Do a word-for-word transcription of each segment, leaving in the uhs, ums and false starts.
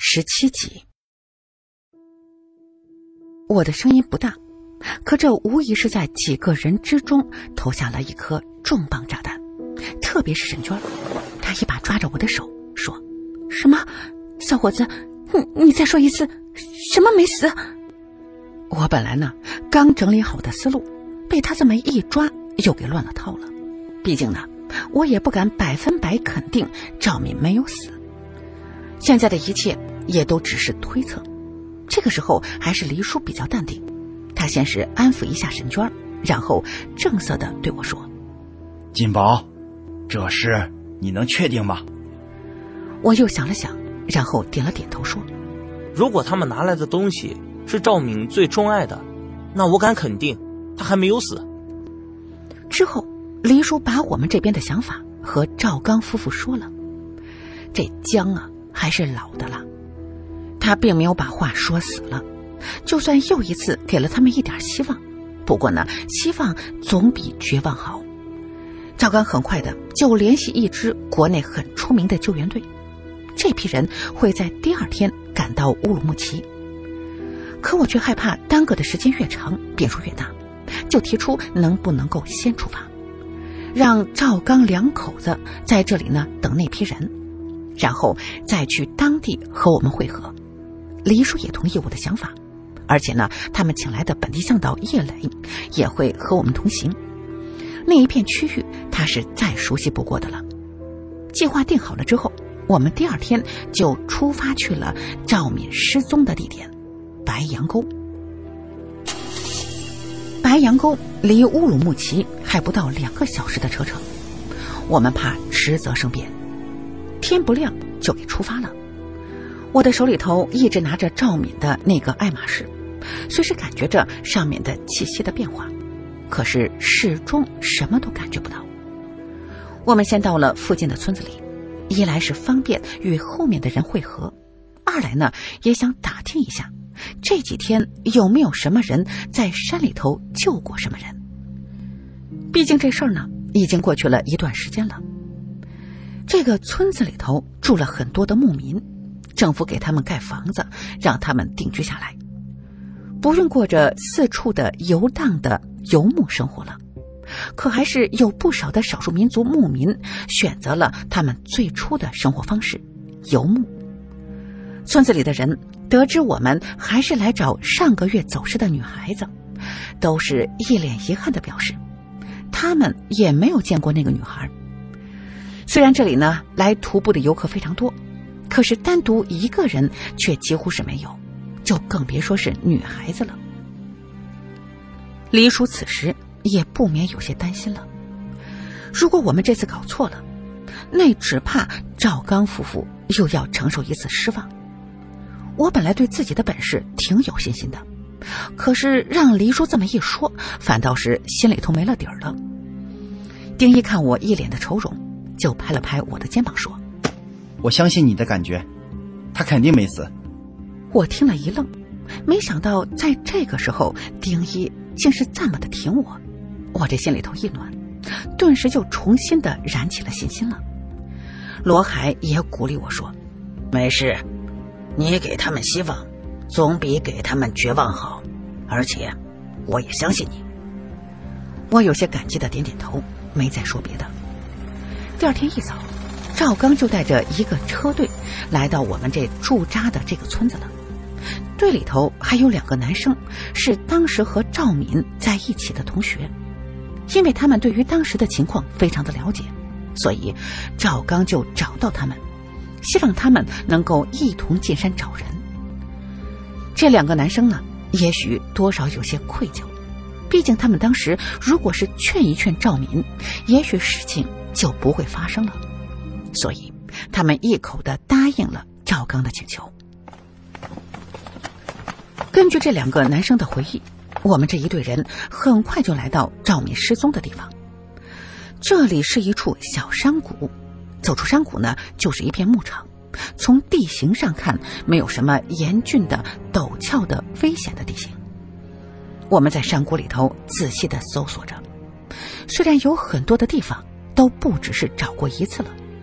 十七集。我的声音不大，可这无疑是在几个人之中投下了一颗重磅炸弹。特别是沈娟，她一把抓着我的手说：什么？小伙子，你你再说一次，什么没死？我本来呢刚整理好的思路，被他这么一抓又给乱了套了。毕竟呢我也不敢百分百肯定赵敏没有死，现在的一切也都只是推测。这个时候还是黎叔比较淡定，他先是安抚一下沈娟，然后正色地对我说： 金宝，这事你能确定吗？ 我又想了想，然后点了点头说： 如果他们拿来的东西是赵敏最钟爱的，那我敢肯定他还没有死。 之后黎叔把我们这边的想法和赵刚夫妇说了。这姜啊还是老的了，他并没有把话说死了，就算又一次给了他们一点希望，不过呢希望总比绝望好。赵刚很快的就联系一支国内很出名的救援队，这批人会在第二天赶到乌鲁木齐。可我却害怕耽搁的时间越长变数越大，就提出能不能够先出发，让赵刚两口子在这里呢等那批人，然后再去当地和我们会合。黎叔也同意我的想法，而且呢他们请来的本地向导叶磊也会和我们同行。那一片区域他是再熟悉不过的了。计划定好了之后，我们第二天就出发去了赵敏失踪的地点白杨沟。白杨沟离乌鲁木齐还不到两个小时的车程，我们怕迟则生变，天不亮就给出发了。我的手里头一直拿着赵敏的那个爱马仕，随时感觉着上面的气息的变化，可是始终什么都感觉不到。我们先到了附近的村子里，一来是方便与后面的人会合，二来呢也想打听一下这几天有没有什么人在山里头救过什么人。毕竟这事儿呢已经过去了一段时间了。这个村子里头住了很多的牧民，政府给他们盖房子，让他们定居下来，不用过着四处的游荡的游牧生活了。可还是有不少的少数民族牧民选择了他们最初的生活方式——游牧。村子里的人得知我们还是来找上个月走失的女孩子，都是一脸遗憾地表示他们也没有见过那个女孩。虽然这里呢来徒步的游客非常多，可是单独一个人却几乎是没有，就更别说是女孩子了。黎叔此时也不免有些担心了，如果我们这次搞错了，那只怕赵刚夫妇又要承受一次失望。我本来对自己的本事挺有信心的，可是让黎叔这么一说，反倒是心里头没了底儿了。丁一看我一脸的愁容，就拍了拍我的肩膀说： 我相信你的感觉，他肯定没死。 我听了一愣，没想到在这个时候丁一竟是这么的挺我，我这心里头一暖，顿时就重新的燃起了信心了。罗海也鼓励我说： 没事，你给他们希望总比给他们绝望好，而且我也相信你。 我有些感激的点点头，没再说别的。第二天一早，赵刚就带着一个车队来到我们这驻扎的这个村子了。队里头还有两个男生，是当时和赵敏在一起的同学。因为他们对于当时的情况非常的了解，所以赵刚就找到他们，希望他们能够一同进山找人。这两个男生呢，也许多少有些愧疚，毕竟他们当时如果是劝一劝赵敏，也许事情就不会发生了，所以他们一口的答应了赵刚的请求。根据这两个男生的回忆，我们这一队人很快就来到赵敏失踪的地方。这里是一处小山谷，走出山谷呢，就是一片牧场。从地形上看，没有什么严峻的、陡峭的、危险的地形。我们在山谷里头仔细地搜索着，虽然有很多的地方都不只是找过一次了，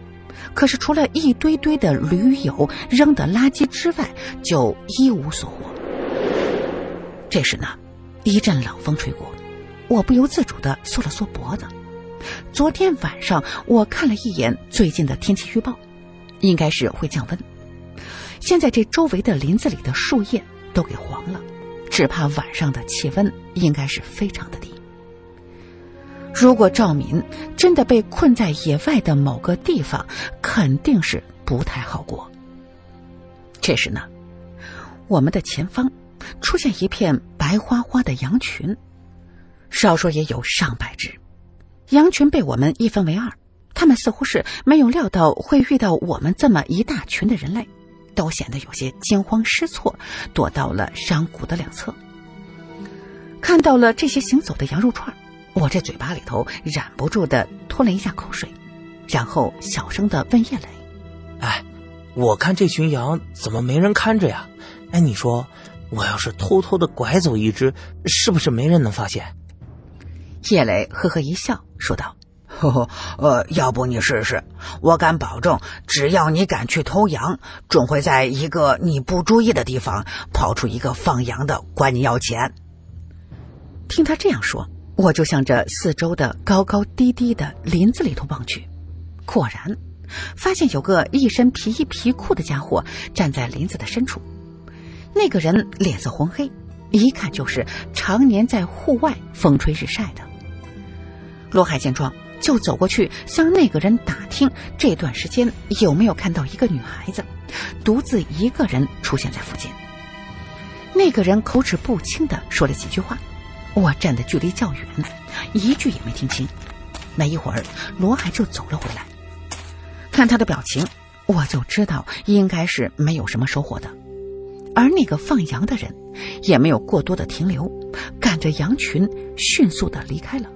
可是除了一堆堆的驴友扔的垃圾之外，就一无所获。这时呢，一阵冷风吹过，我不由自主地缩了缩脖子。昨天晚上我看了一眼最近的天气预报，应该是会降温。现在这周围的林子里的树叶都给黄了，只怕晚上的气温应该是非常的低。如果赵敏真的被困在野外的某个地方，肯定是不太好过。这时呢，我们的前方出现一片白花花的羊群，少说也有上百只。羊群被我们一分为二，他们似乎是没有料到会遇到我们这么一大群的人类，都显得有些惊慌失措，躲到了山谷的两侧。看到了这些行走的羊肉串，我这嘴巴里头忍不住地吞了一下口水，然后小声地问叶磊： 哎，我看这群羊怎么没人看着呀？哎，你说我要是偷偷地拐走一只，是不是没人能发现？ 叶磊呵呵一笑说道：呵呵，呃，要不你试试，我敢保证，只要你敢去偷羊，准会在一个你不注意的地方跑出一个放羊的管你要钱。 听他这样说，我就向着四周的高高低低的林子里头望去，果然发现有个一身皮衣皮裤的家伙站在林子的深处。那个人脸色红黑，一看就是常年在户外风吹日晒的。罗海见状就走过去向那个人打听这段时间有没有看到一个女孩子独自一个人出现在附近。那个人口齿不清地说了几句话，我站的距离较远，一句也没听清。没一会儿，罗海就走了回来。看他的表情，我就知道应该是没有什么收获的。而那个放羊的人也没有过多的停留，赶着羊群迅速地离开了。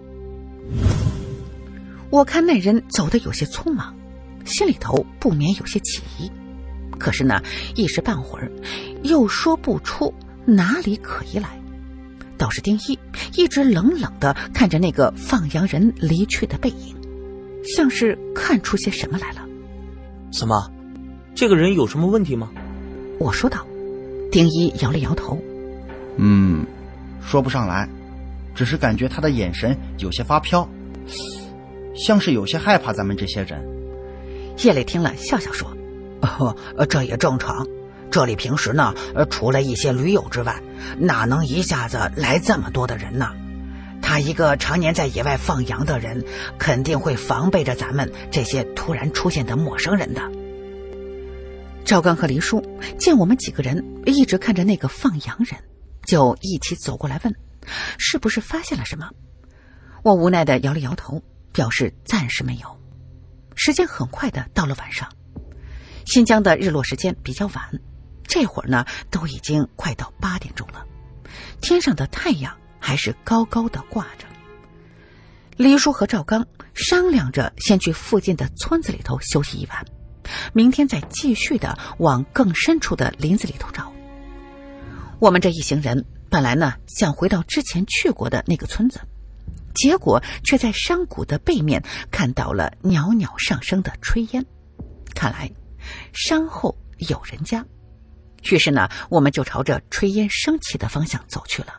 我看那人走得有些匆忙，心里头不免有些起疑，可是呢，一时半会儿又说不出哪里可疑来。倒是丁一一直冷冷地看着那个放羊人离去的背影，像是看出些什么来了。 怎么，这个人有什么问题吗？ 我说道。丁一摇了摇头， 嗯，说不上来，只是感觉他的眼神有些发飘，像是有些害怕咱们这些人。 叶磊听了笑笑说： 哦，这也正常，这里平时呢，除了一些驴友之外，哪能一下子来这么多的人呢？他一个常年在野外放羊的人，肯定会防备着咱们这些突然出现的陌生人的。 赵刚和黎叔见我们几个人一直看着那个放羊人，就一起走过来问是不是发现了什么。我无奈地摇了摇头，表示暂时没有。时间很快的到了晚上，新疆的日落时间比较晚，这会儿呢都已经快到八点钟了，天上的太阳还是高高的挂着。黎叔和赵刚商量着先去附近的村子里头休息一晚，明天再继续的往更深处的林子里头找。我们这一行人本来呢想回到之前去过的那个村子，结果却在山谷的背面看到了袅袅上升的炊烟，看来山后有人家。于是呢，我们就朝着炊烟升起的方向走去了。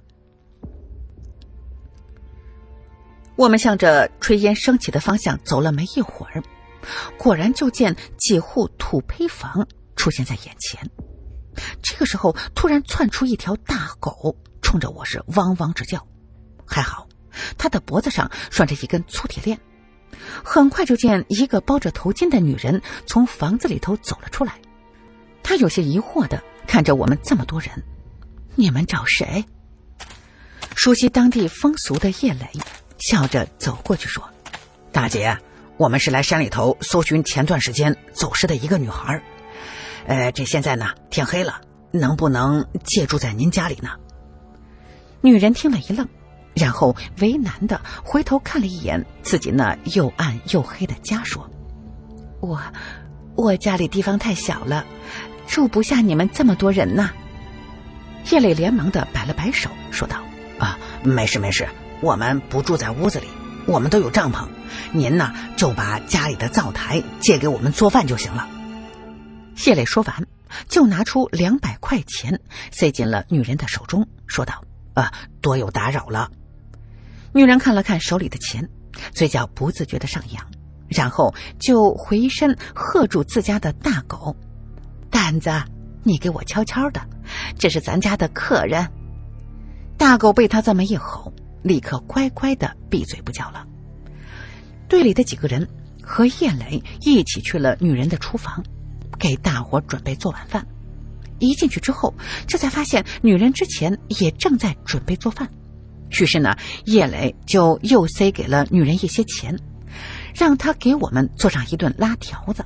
我们向着炊烟升起的方向走了没一会儿，果然就见几户土坯房出现在眼前。这个时候突然窜出一条大狗，冲着我是汪汪直叫。还好它的脖子上拴着一根粗铁链。很快就见一个包着头巾的女人从房子里头走了出来，她有些疑惑地看着我们这么多人：你们找谁？熟悉当地风俗的叶磊笑着走过去说： 大姐，我们是来山里头搜寻前段时间走失的一个女孩，呃，这现在呢天黑了，能不能借住在您家里呢？ 女人听了一愣，然后为难地回头看了一眼自己那又暗又黑的家，说：我我家里地方太小了，住不下你们这么多人呐。叶磊连忙地摆了摆手说道： 啊，没事没事，我们不住在屋子里， 我们都有帐篷，您呢就把家里的灶台借给我们做饭就行了。 谢磊说完，就拿出两百块钱塞进了女人的手中，说道：“ 啊，多有打扰了。” 女人看了看手里的钱，嘴角不自觉地上扬，然后就回身喝住自家的大狗：“蛋子，你给我悄悄的，这是咱家的客人。”大狗被他这么一吼，立刻乖乖地闭嘴不叫了。队里的几个人和叶磊一起去了女人的厨房，给大伙准备做晚饭。一进去之后，这才发现女人之前也正在准备做饭。于是呢，叶磊就又塞给了女人一些钱，让她给我们做上一顿拉条子。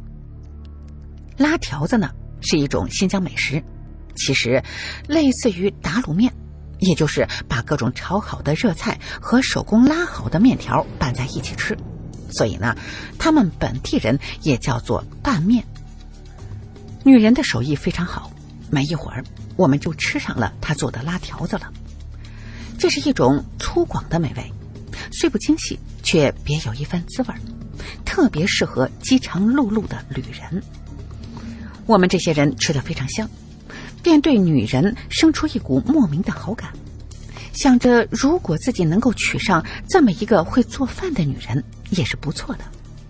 拉条子呢是一种新疆美食，其实类似于打卤面，也就是把各种炒好的热菜和手工拉好的面条拌在一起吃，所以呢，他们本地人也叫做拌面。女人的手艺非常好，没一会儿我们就吃上了她做的拉条子了。这是一种粗犷的美味，虽不精细，却别有一番滋味，特别适合饥肠辘辘的旅人。我们这些人吃得非常香，便对女人生出一股莫名的好感，想着如果自己能够娶上这么一个会做饭的女人也是不错的。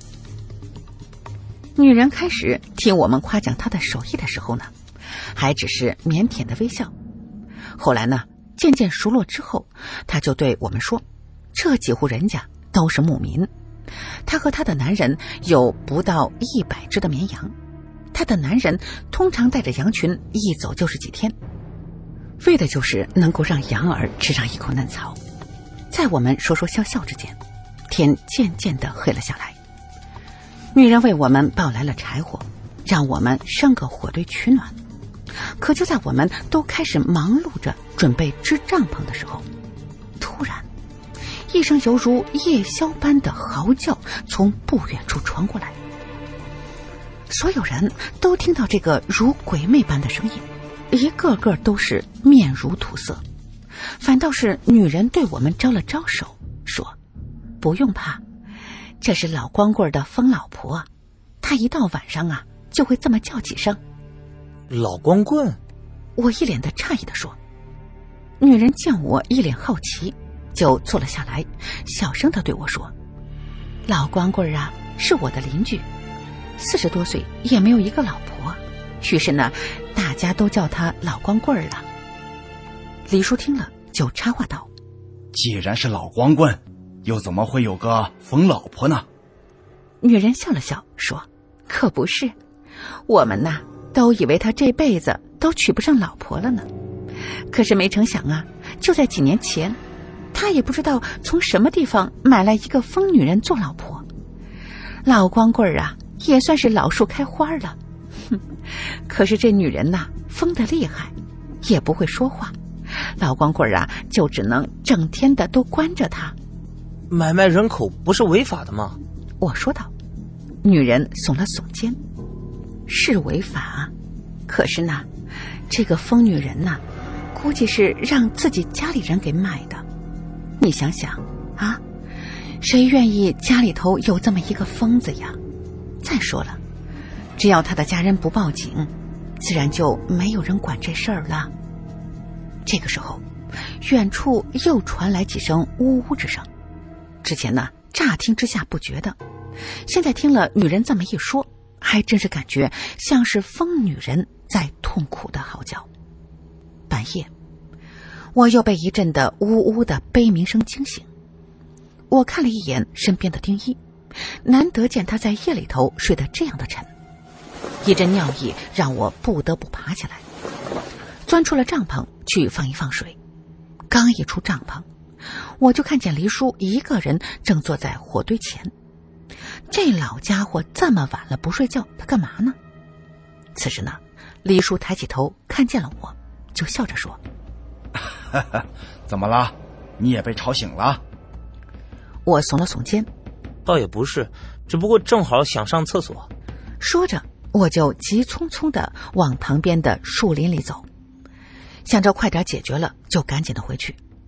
女人开始听我们夸奖她的手艺的时候呢，还只是腼腆的微笑，后来呢渐渐熟络之后，她就对我们说，这几户人家都是牧民，她和她的男人有不到一百只的绵羊，她的男人通常带着羊群一走就是几天，为的就是能够让羊儿吃上一口嫩草。在我们说说笑笑之间，天渐渐地黑了下来。女人为我们抱来了柴火，让我们生个火堆取暖。可就在我们都开始忙碌着准备支帐篷的时候，突然一声犹如夜宵般的嚎叫从不远处传过来。所有人都听到这个如鬼魅般的声音，一个个都是面如土色，反倒是女人对我们招了招手，说：“不用怕，这是老光棍的疯老婆，她一到晚上啊就会这么叫几声。” 老光棍？ 我一脸的诧异地说。女人见我一脸好奇，就坐了下来，小声地对我说：“老光棍啊，是我的邻居，四十多岁也没有一个老婆，于是呢，大家都叫他老光棍了。”李叔听了就插话道：“ 既然是老光棍，又怎么会有个疯老婆呢？” 女人笑了笑说：“可不是，我们呐都以为他这辈子都娶不上老婆了呢。可是没成想啊，就在几年前，他也不知道从什么地方买来一个疯女人做老婆。老光棍啊，也算是老树开花了。哼，可是这女人呐，疯得厉害，也不会说话。老光棍啊，就只能整天的都关着她。”“ 买卖人口不是违法的吗？” 我说道。女人耸了耸肩：“是违法，可是呢，这个疯女人呢，估计是让自己家里人给卖的。你想想啊，谁愿意家里头有这么一个疯子呀？再说了，只要他的家人不报警，自然就没有人管这事儿了。”这个时候，远处又传来几声呜呜之声。之前呢，乍听之下不觉得，现在听了女人这么一说，还真是感觉像是疯女人在痛苦的嚎叫。半夜，我又被一阵的呜呜的悲鸣声惊醒。我看了一眼身边的丁一，难得见他在夜里头睡得这样的沉。一阵尿意让我不得不爬起来，钻出了帐篷去放一放水。刚一出帐篷，我就看见黎叔一个人正坐在火堆前。这老家伙这么晚了不睡觉，他干嘛呢？此时呢，黎叔抬起头看见了我，就笑着说：“ 怎么了？你也被吵醒了？” 我耸了耸肩：“ 倒也不是，只不过正好想上厕所。” 说着，我就急匆匆地往旁边的树林里走，想着快点解决了，就赶紧的回去，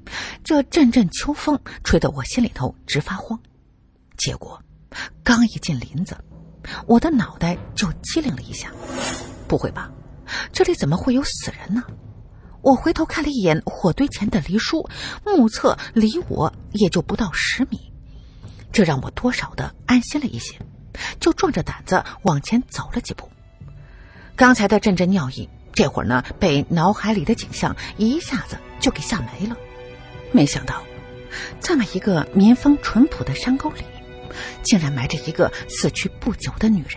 这阵阵秋风吹得我心里头直发慌。结果刚一进林子，我的脑袋就机灵了一下，不会吧，这里怎么会有死人呢？我回头看了一眼火堆前的黎叔，目测离我也就不到十米，这让我多少的安心了一些，就壮着胆子往前走了几步。刚才的阵阵尿意，这会儿呢被脑海里的景象一下子就给吓没了。没想到这么一个民风淳朴的山沟里，竟然埋着一个死去不久的女人。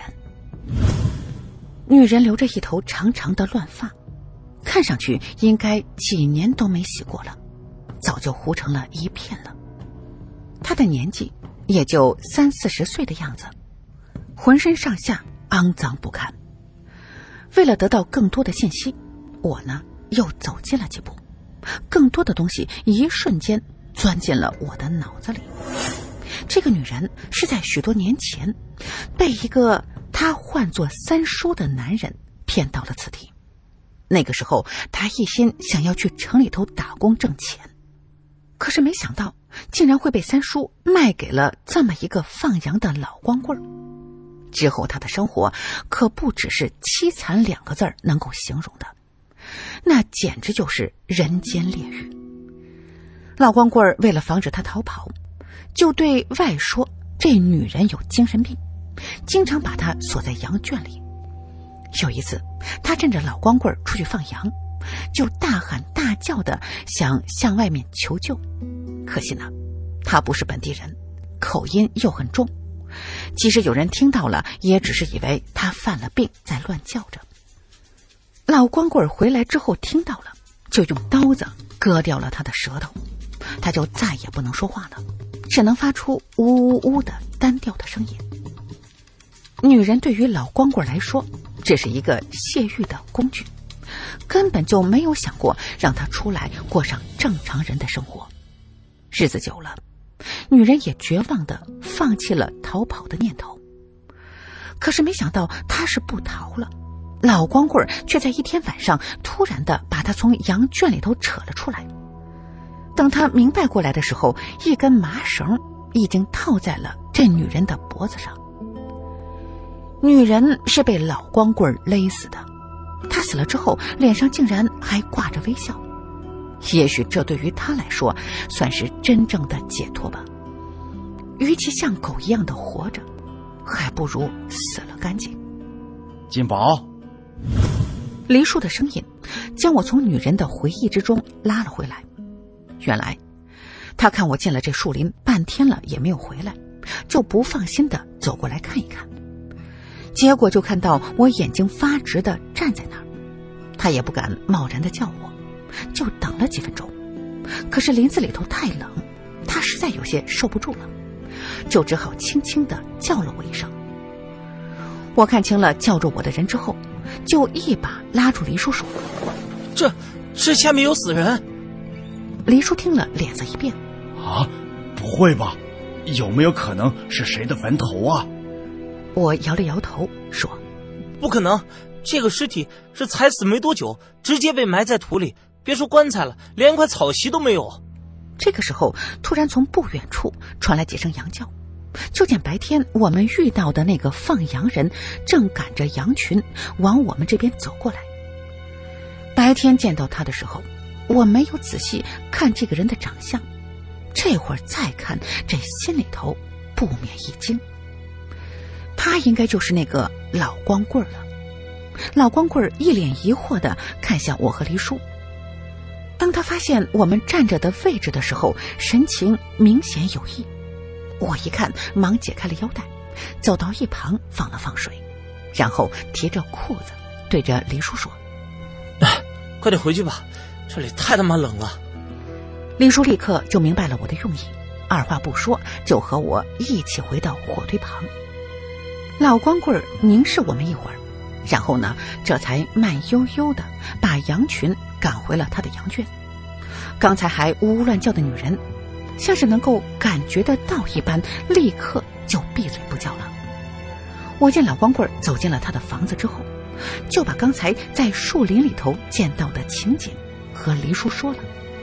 女人留着一头长长的乱发，看上去应该几年都没洗过了，早就糊成了一片了。她的年纪也就三四十岁的样子，浑身上下肮脏不堪。为了得到更多的信息，我呢又走近了几步，更多的东西一瞬间钻进了我的脑子里。这个女人是在许多年前被一个她唤作三叔的男人骗到了此地。那个时候她一心想要去城里头打工挣钱，可是没想到竟然会被三叔卖给了这么一个放羊的老光棍儿。之后她的生活可不只是凄惨两个字儿能够形容的，那简直就是人间炼狱。老光棍儿为了防止她逃跑，就对外说这女人有精神病，经常把她锁在羊圈里。有一次他趁着老光棍出去放羊，就大喊大叫的想向外面求救。可惜呢，他不是本地人，口音又很重，即使有人听到了，也只是以为他犯了病在乱叫着。老光棍回来之后听到了，就用刀子割掉了他的舌头，他就再也不能说话了，只能发出呜呜呜的单调的声音。女人对于老光棍来说这是一个泄欲的工具，根本就没有想过让他出来过上正常人的生活。日子久了，女人也绝望地放弃了逃跑的念头。可是没想到她是不逃了，老光棍却在一天晚上突然地把她从羊圈里头扯了出来。等她明白过来的时候，一根麻绳已经套在了这女人的脖子上。女人是被老光棍勒死的，她死了之后脸上竟然还挂着微笑，也许这对于她来说算是真正的解脱吧。与其像狗一样的活着，还不如死了干净。 金宝， 梨树的声音将我从女人的回忆之中拉了回来。原来他看我进了这树林半天了也没有回来，就不放心地走过来看一看。结果就看到我眼睛发直地站在那儿，他也不敢贸然地叫我，就等了几分钟。可是林子里头太冷，他实在有些受不住了，就只好轻轻地叫了我一声。我看清了叫着我的人之后，就一把拉住黎叔说：“ 这这下面有死人！” 黎叔听了脸色一变：“ 啊，不会吧？有没有可能是谁的坟头啊？” 我摇了摇头说：“ 不可能，这个尸体是才死没多久，直接被埋在土里，别说棺材了，连块草席都没有。” 这个时候突然从不远处传来几声羊叫，就见白天我们遇到的那个放羊人正赶着羊群往我们这边走过来。白天见到他的时候，我没有仔细看这个人的长相，这会儿再看，这心里头不免一惊。他应该就是那个老光棍了。老光棍一脸疑惑地看向我和黎叔，当他发现我们站着的位置的时候，神情明显有异。我一看，忙解开了腰带，走到一旁放了放水，然后提着裤子对着黎叔说：“ 哎，快点回去吧，这里太他妈冷了。” 黎叔立刻就明白了我的用意，二话不说就和我一起回到火堆旁。老光棍凝视我们一会儿，然后呢，这才慢悠悠地把羊群赶回了他的羊圈。刚才还呜呜乱叫的女人，像是能够感觉得到一般，立刻就闭嘴不叫了。我见老光棍走进了他的房子之后，就把刚才在树林里头见到的情景和黎叔说了。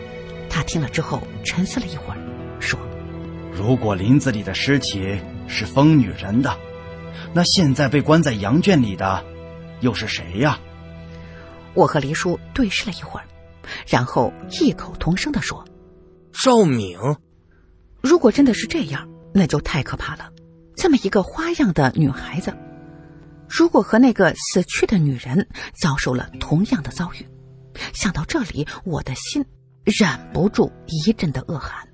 他听了之后沉思了一会儿，说： 如果林子里的尸体是疯女人的，那现在被关在羊圈里的又是谁呀？ 我和黎叔对视了一会儿，然后异口同声地说： 赵敏。 如果真的是这样，那就太可怕了。这么一个花样的女孩子，如果和那个死去的女人遭受了同样的遭遇，想到这里，我的心忍不住一阵的恶寒。